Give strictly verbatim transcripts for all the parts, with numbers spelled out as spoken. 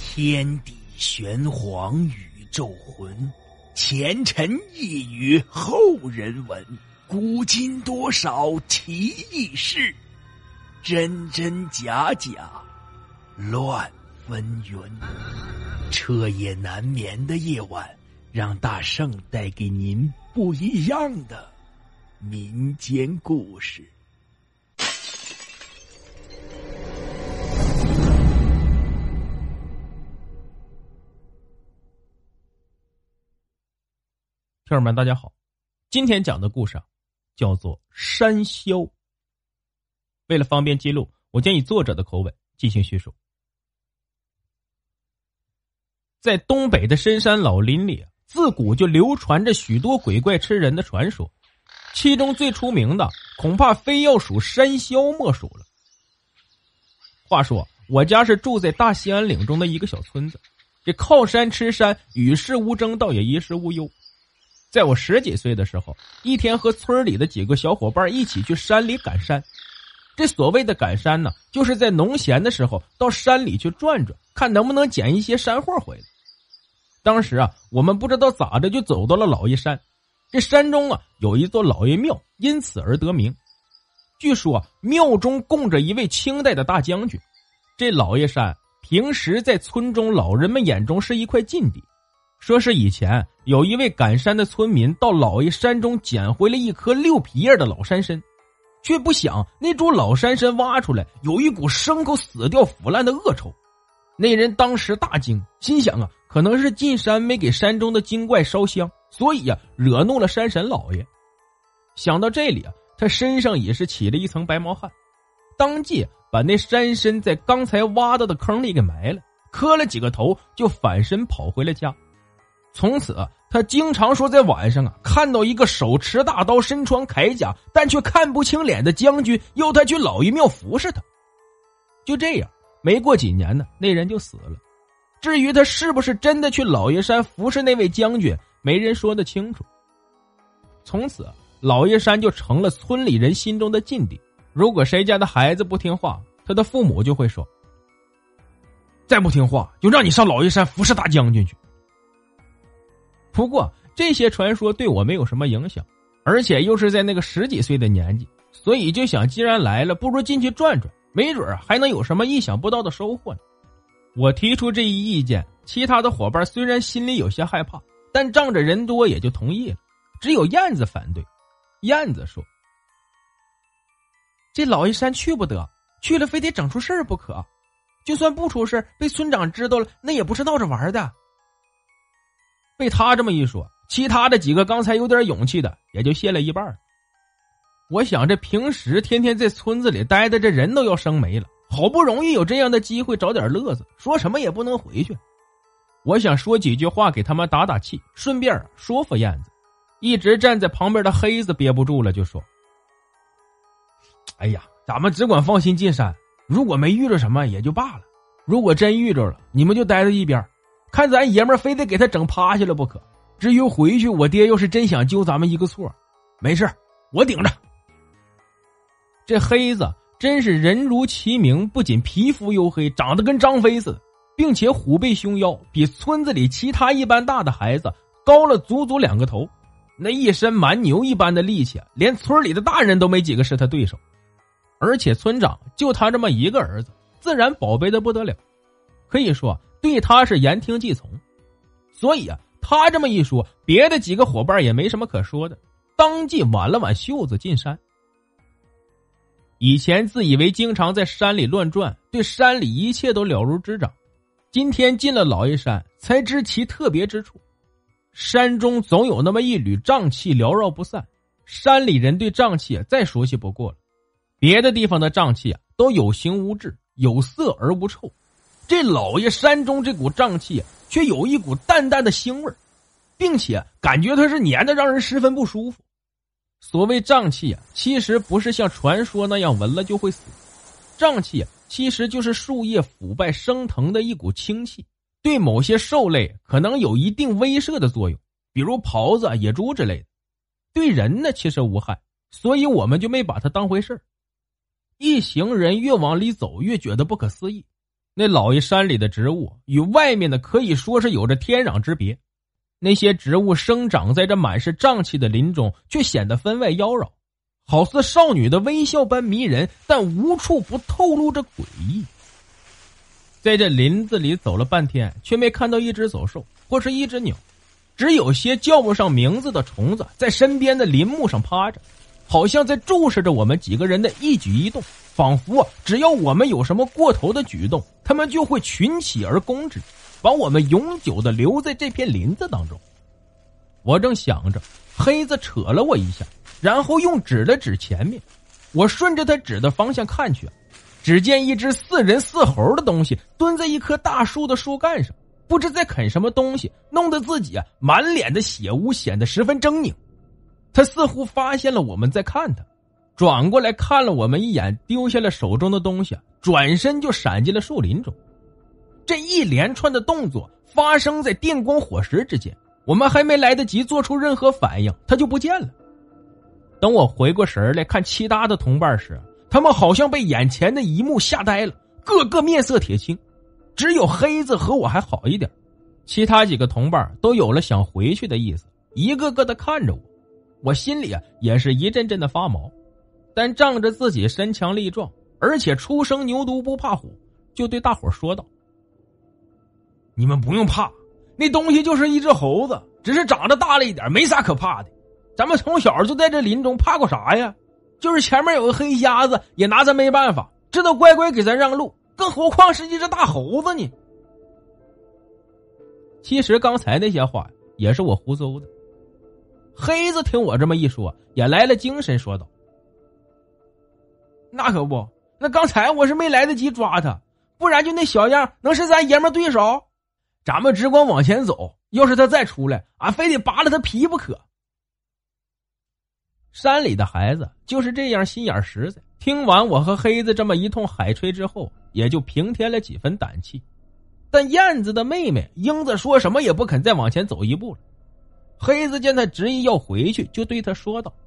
天地玄黄宇宙浑，前尘一语后人闻。古今多少奇异事，真真假假乱纷纭。彻夜难眠的夜晚，让大圣带给您不一样的民间故事。 听友们大家好，今天讲的故事啊叫做山魈。为了方便记录，我将以作者的口吻进行叙述。在东北的深山老林里，自古就流传着许多鬼怪吃人的传说，其中最出名的恐怕非要数山魈莫属了。话说我家是住在大兴安岭中的一个小村子，这靠山吃山，与世无争，倒也衣食无忧。在我十几岁的时候，一天和村里的几个小伙伴一起去山里赶山。这所谓的赶山呢，就是在农闲的时候到山里去转转，看能不能捡一些山货回来。当时啊，我们不知道咋的就走到了老爷山。这山中啊有一座老爷庙，因此而得名。据说啊，庙中供着一位清代的大将军。这老爷山平时在村中老人们眼中是一块禁地，说是以前有一位赶山的村民到老爷山中捡回了一颗六皮叶的老山参，却不想那株老山参挖出来有一股牲口死掉腐烂的恶臭。那人当时大惊，心想啊，可能是进山没给山中的精怪烧香，所以啊惹怒了山神老爷。想到这里啊，他身上也是起了一层白毛汗，当即把那山参在刚才挖到的坑里给埋了，磕了几个头就返身跑回了家。从此他经常说在晚上啊看到一个手持大刀身穿铠甲但却看不清脸的将军要他去老爷庙服侍他。就这样没过几年呢，那人就死了。至于他是不是真的去老爷山服侍那位将军，没人说得清楚。从此老爷山就成了村里人心中的禁地，如果谁家的孩子不听话，他的父母就会说，再不听话就让你上老爷山服侍大将军去。不过这些传说对我没有什么影响，而且又是在那个十几岁的年纪，所以就想既然来了，不如进去转转，没准还能有什么意想不到的收获呢。我提出这一意见，其他的伙伴虽然心里有些害怕，但仗着人多也就同意了。只有燕子反对。燕子说，这老爷山去不得，去了非得整出事儿不可，就算不出事，被村长知道了，那也不是闹着玩的。被他这么一说，其他的几个刚才有点勇气的也就卸了一半。我想这平时天天在村子里待的这人都要生没了，好不容易有这样的机会找点乐子，说什么也不能回去。我想说几句话给他们打打气，顺便说服燕子。一直站在旁边的黑子憋不住了，就说，哎呀，咱们只管放心进山，如果没遇着什么也就罢了，如果真遇着了，你们就待在一边，看咱爷们非得给他整趴下了不可。至于回去，我爹要是真想揪咱们一个错，没事，我顶着。这黑子真是人如其名，不仅皮肤黝黑，长得跟张飞似的，并且虎背熊腰，比村子里其他一般大的孩子高了足足两个头。那一身蛮牛一般的力气，连村里的大人都没几个是他对手。而且村长就他这么一个儿子，自然宝贝的不得了，可以说对他是言听计从。所以啊，他这么一说，别的几个伙伴也没什么可说的，当即挽了挽袖子进山。以前自以为经常在山里乱转，对山里一切都了如指掌，今天进了老爷山，才知其特别之处。山中总有那么一缕瘴气缭绕不散，山里人对瘴气啊再熟悉不过了。别的地方的瘴气啊都有形无质，有色而无臭，这老爷山中这股瘴气啊却有一股淡淡的腥味，并且感觉它是黏的，让人十分不舒服。所谓瘴气啊，其实不是像传说那样闻了就会死，瘴气啊其实就是树叶腐败生成的一股清气，对某些兽类可能有一定威慑的作用，比如狍子、野猪之类的。对人呢其实无害，所以我们就没把它当回事儿。一行人越往里走越觉得不可思议， 那老爷山里的植物与外面的可以说是有着天壤之别。那些植物生长在这满是瘴气的林中，却显得分外妖娆，好似少女的微笑般迷人，但无处不透露着诡异。在这林子里走了半天，却没看到一只走兽或是一只鸟，只有些叫不上名字的虫子在身边的林木上趴着，好像在注视着我们几个人的一举一动，仿佛只要我们有什么过头的举动，他们就会群起而攻之，把我们永久的留在这片林子当中。我正想着，黑子扯了我一下，然后用指了指前面。我顺着他指的方向看去，只见一只似人似猴的东西蹲在一棵大树的树干上，不知在啃什么东西，弄得自己啊满脸的血污，显得十分狰狞。他似乎发现了我们在看他，转过来看了我们一眼，丢下了手中的东西，转身就闪进了树林中。这一连串的动作发生在电光火石之间，我们还没来得及做出任何反应，他就不见了。等我回过神来看其他的同伴时，他们好像被眼前的一幕吓呆了，个个面色铁青。只有黑子和我还好一点，其他几个同伴都有了想回去的意思，一个个的看着我。我心里啊也是一阵阵的发毛，但仗着自己身强力壮，而且初生牛犊不怕虎，就对大伙说道：你们不用怕，那东西就是一只猴子，只是长得大了一点，没啥可怕的。咱们从小就在这林中，怕过啥呀？就是前面有个黑瞎子也拿咱没办法，只得乖乖给咱让路，更何况是一只大猴子呢？其实刚才那些话也是我胡诌的。黑子听我这么一说，也来了精神，说道：那可不，那刚才我是没来得及抓他，不然就那小样能是咱爷们对手？咱们只管往前走，要是他再出来，俺非得扒了他皮不可。山里的孩子就是这样心眼实在，听完我和黑子这么一通海吹之后，也就平添了几分胆气。但燕子的妹妹英子说什么也不肯再往前走一步了。黑子见他执意要回去，就对他说道：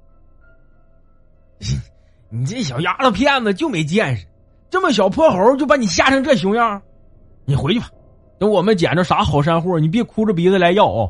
你这小丫头片子就没见识，这么小泼猴就把你吓成这熊样，你回去吧，等我们捡着啥好山货，你别哭着鼻子来要哦。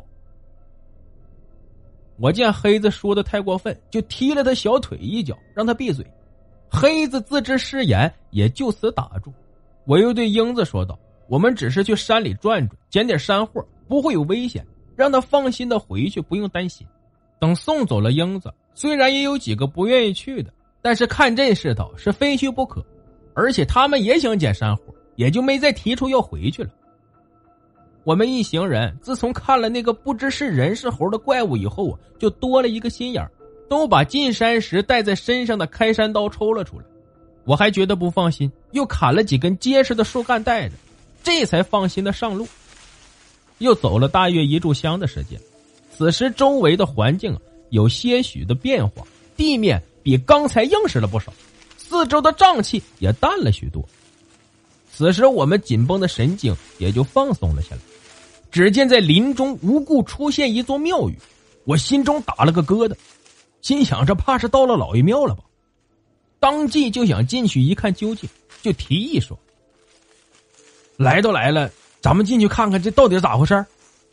我见黑子说的太过分，就踢了他小腿一脚，让他闭嘴。黑子自知失言，也就此打住。我又对英子说道：我们只是去山里转转，捡点山货，不会有危险，让他放心的回去，不用担心。等送走了英子，虽然也有几个不愿意去的，但是看这势头是非去不可，而且他们也想捡山货，也就没再提出要回去了。我们一行人自从看了那个不知是人是猴的怪物以后啊，就多了一个心眼，都把进山时带在身上的开山刀抽了出来。我还觉得不放心，又砍了几根结实的树干带着，这才放心的上路。又走了大约一炷香的时间，此时周围的环境有些许的变化，地面比刚才硬实了不少，四周的瘴气也淡了许多。此时我们紧绷的神经也就放松了下来。只见在林中无故出现一座庙宇，我心中打了个疙瘩，心想这怕是到了老爷庙了吧。当即就想进去一看究竟，就提议说：来都来了，咱们进去看看这到底是咋回事。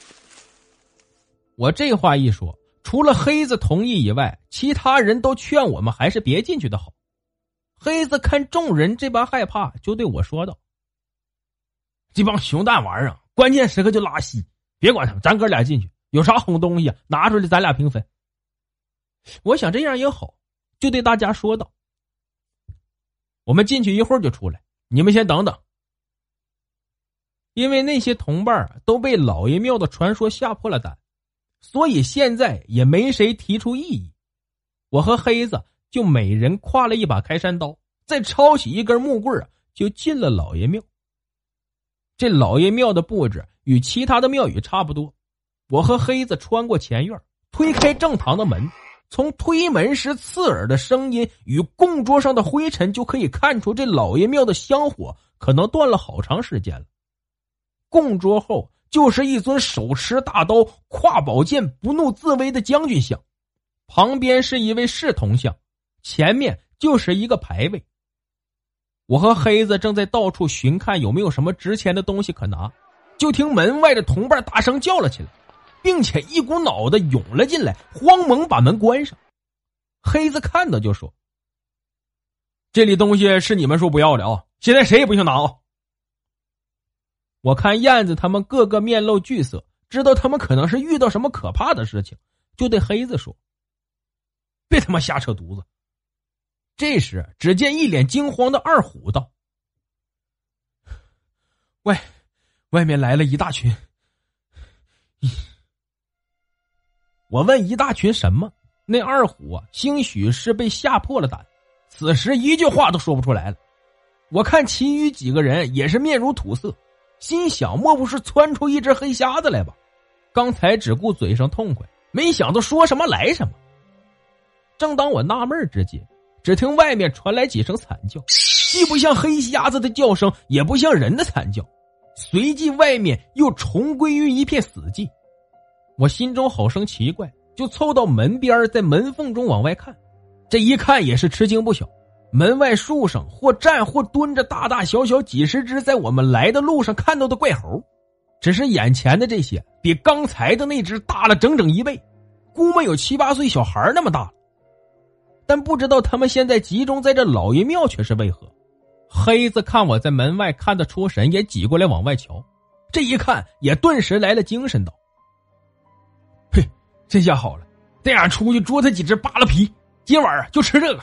我这话一说，除了黑子同意以外，其他人都劝我们还是别进去的好。黑子看众人这般害怕，就对我说道：这帮熊蛋玩意儿关键时刻就拉稀，别管他们，咱哥俩进去，有啥红东西拿出来咱俩平分。我想这样也好，就对大家说道：我们进去一会儿就出来，你们先等等。因为那些同伴都被老爷庙的传说吓破了胆，所以现在也没谁提出异议。我和黑子就每人挎了一把开山刀，再抄起一根木棍，就进了老爷庙。这老爷庙的布置与其他的庙宇差不多，我和黑子穿过前院，推开正堂的门，从推门时刺耳的声音与供桌上的灰尘就可以看出，这老爷庙的香火可能断了好长时间了。供桌后就是一尊手持大刀、挎宝剑、不怒自威的将军像，旁边是一位侍童像，前面就是一个牌位。 我和黑子正在到处寻看有没有什么值钱的东西可拿，就听门外的同伴大声叫了起来，并且一股脑的涌了进来，慌忙把门关上。黑子看到就说：“这里东西是你们说不要的啊，现在谁也不许拿啊！”我看燕子他们个个面露惧色，知道他们可能是遇到什么可怕的事情，就对黑子说：“别他妈瞎扯犊子。”这时只见一脸惊慌的二虎道：“外外面来了一大群。”我问一大群什么，那二虎啊，兴许是被吓破了胆，此时一句话都说不出来了。我看其余几个人也是面如土色，心想莫不是窜出一只黑瞎子来吧？刚才只顾嘴上痛快，没想到说什么来什么。正当我纳闷之际，只听外面传来几声惨叫，既不像黑瞎子的叫声，也不像人的惨叫，随即外面又重归于一片死寂。我心中好生奇怪，就凑到门边，在门缝中往外看。这一看也是吃惊不小，门外树上或站或蹲着大大小小几十只在我们来的路上看到的怪猴，只是眼前的这些比刚才的那只大了整整一倍，估摸有七八岁小孩那么大了。但不知道他们现在集中在这老爷庙却是为何。黑子看我在门外看得出神，也挤过来往外瞧，这一看也顿时来了精神道：“嘿，这下好了，带俺出去捉他几只扒了皮，今晚啊就吃这个。”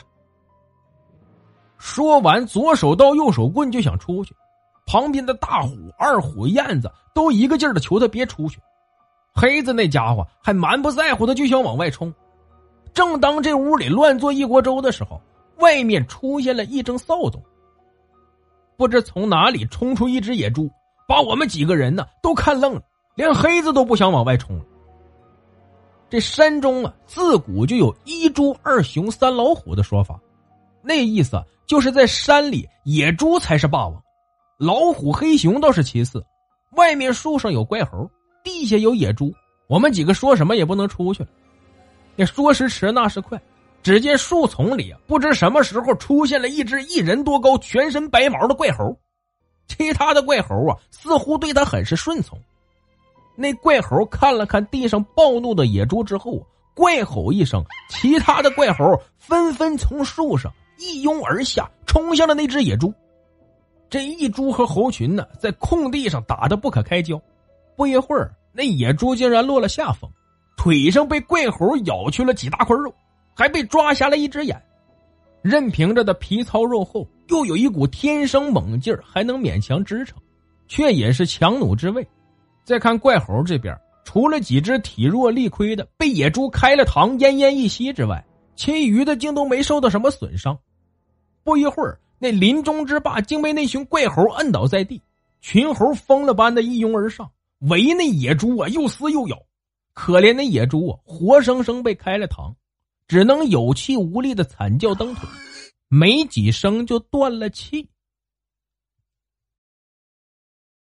说完左手刀右手棍就想出去，旁边的大虎、二虎、燕子都一个劲儿的求他别出去。黑子那家伙还蛮不在乎的，就想往外冲。正当这屋里乱做一锅粥的时候，外面出现了一阵骚动，不知从哪里冲出一只野猪，把我们几个人呢都看愣了，连黑子都不想往外冲了。这山中啊，自古就有一猪二熊三老虎的说法，那意思就是在山里野猪才是霸王，老虎黑熊倒是其次，外面树上有怪猴，地下有野猪，我们几个说什么也不能出去了。也说时迟那时快，只见树丛里不知什么时候出现了一只一人多高全身白毛的怪猴，其他的怪猴啊似乎对他很是顺从。那怪猴看了看地上暴怒的野猪之后，怪吼一声，其他的怪猴纷纷从树上一拥而下，冲向了那只野猪。这一猪和猴群呢，在空地上打得不可开交，不一会儿那野猪竟然落了下风，腿上被怪猴咬去了几大块肉，还被抓瞎了一只眼，任凭着的皮糙肉厚，又有一股天生猛劲儿，还能勉强支撑，却也是强弩之辈。再看怪猴这边，除了几只体弱力亏的被野猪开了膛奄奄一息之外，其余的竟都没受到什么损伤。不一会儿，那林中之霸竟被那群怪猴摁倒在地，群猴疯了般的一拥而上，围那野猪啊又撕又咬。可怜那野猪啊，活生生被开了膛，只能有气无力的惨叫蹬腿，没几声就断了气。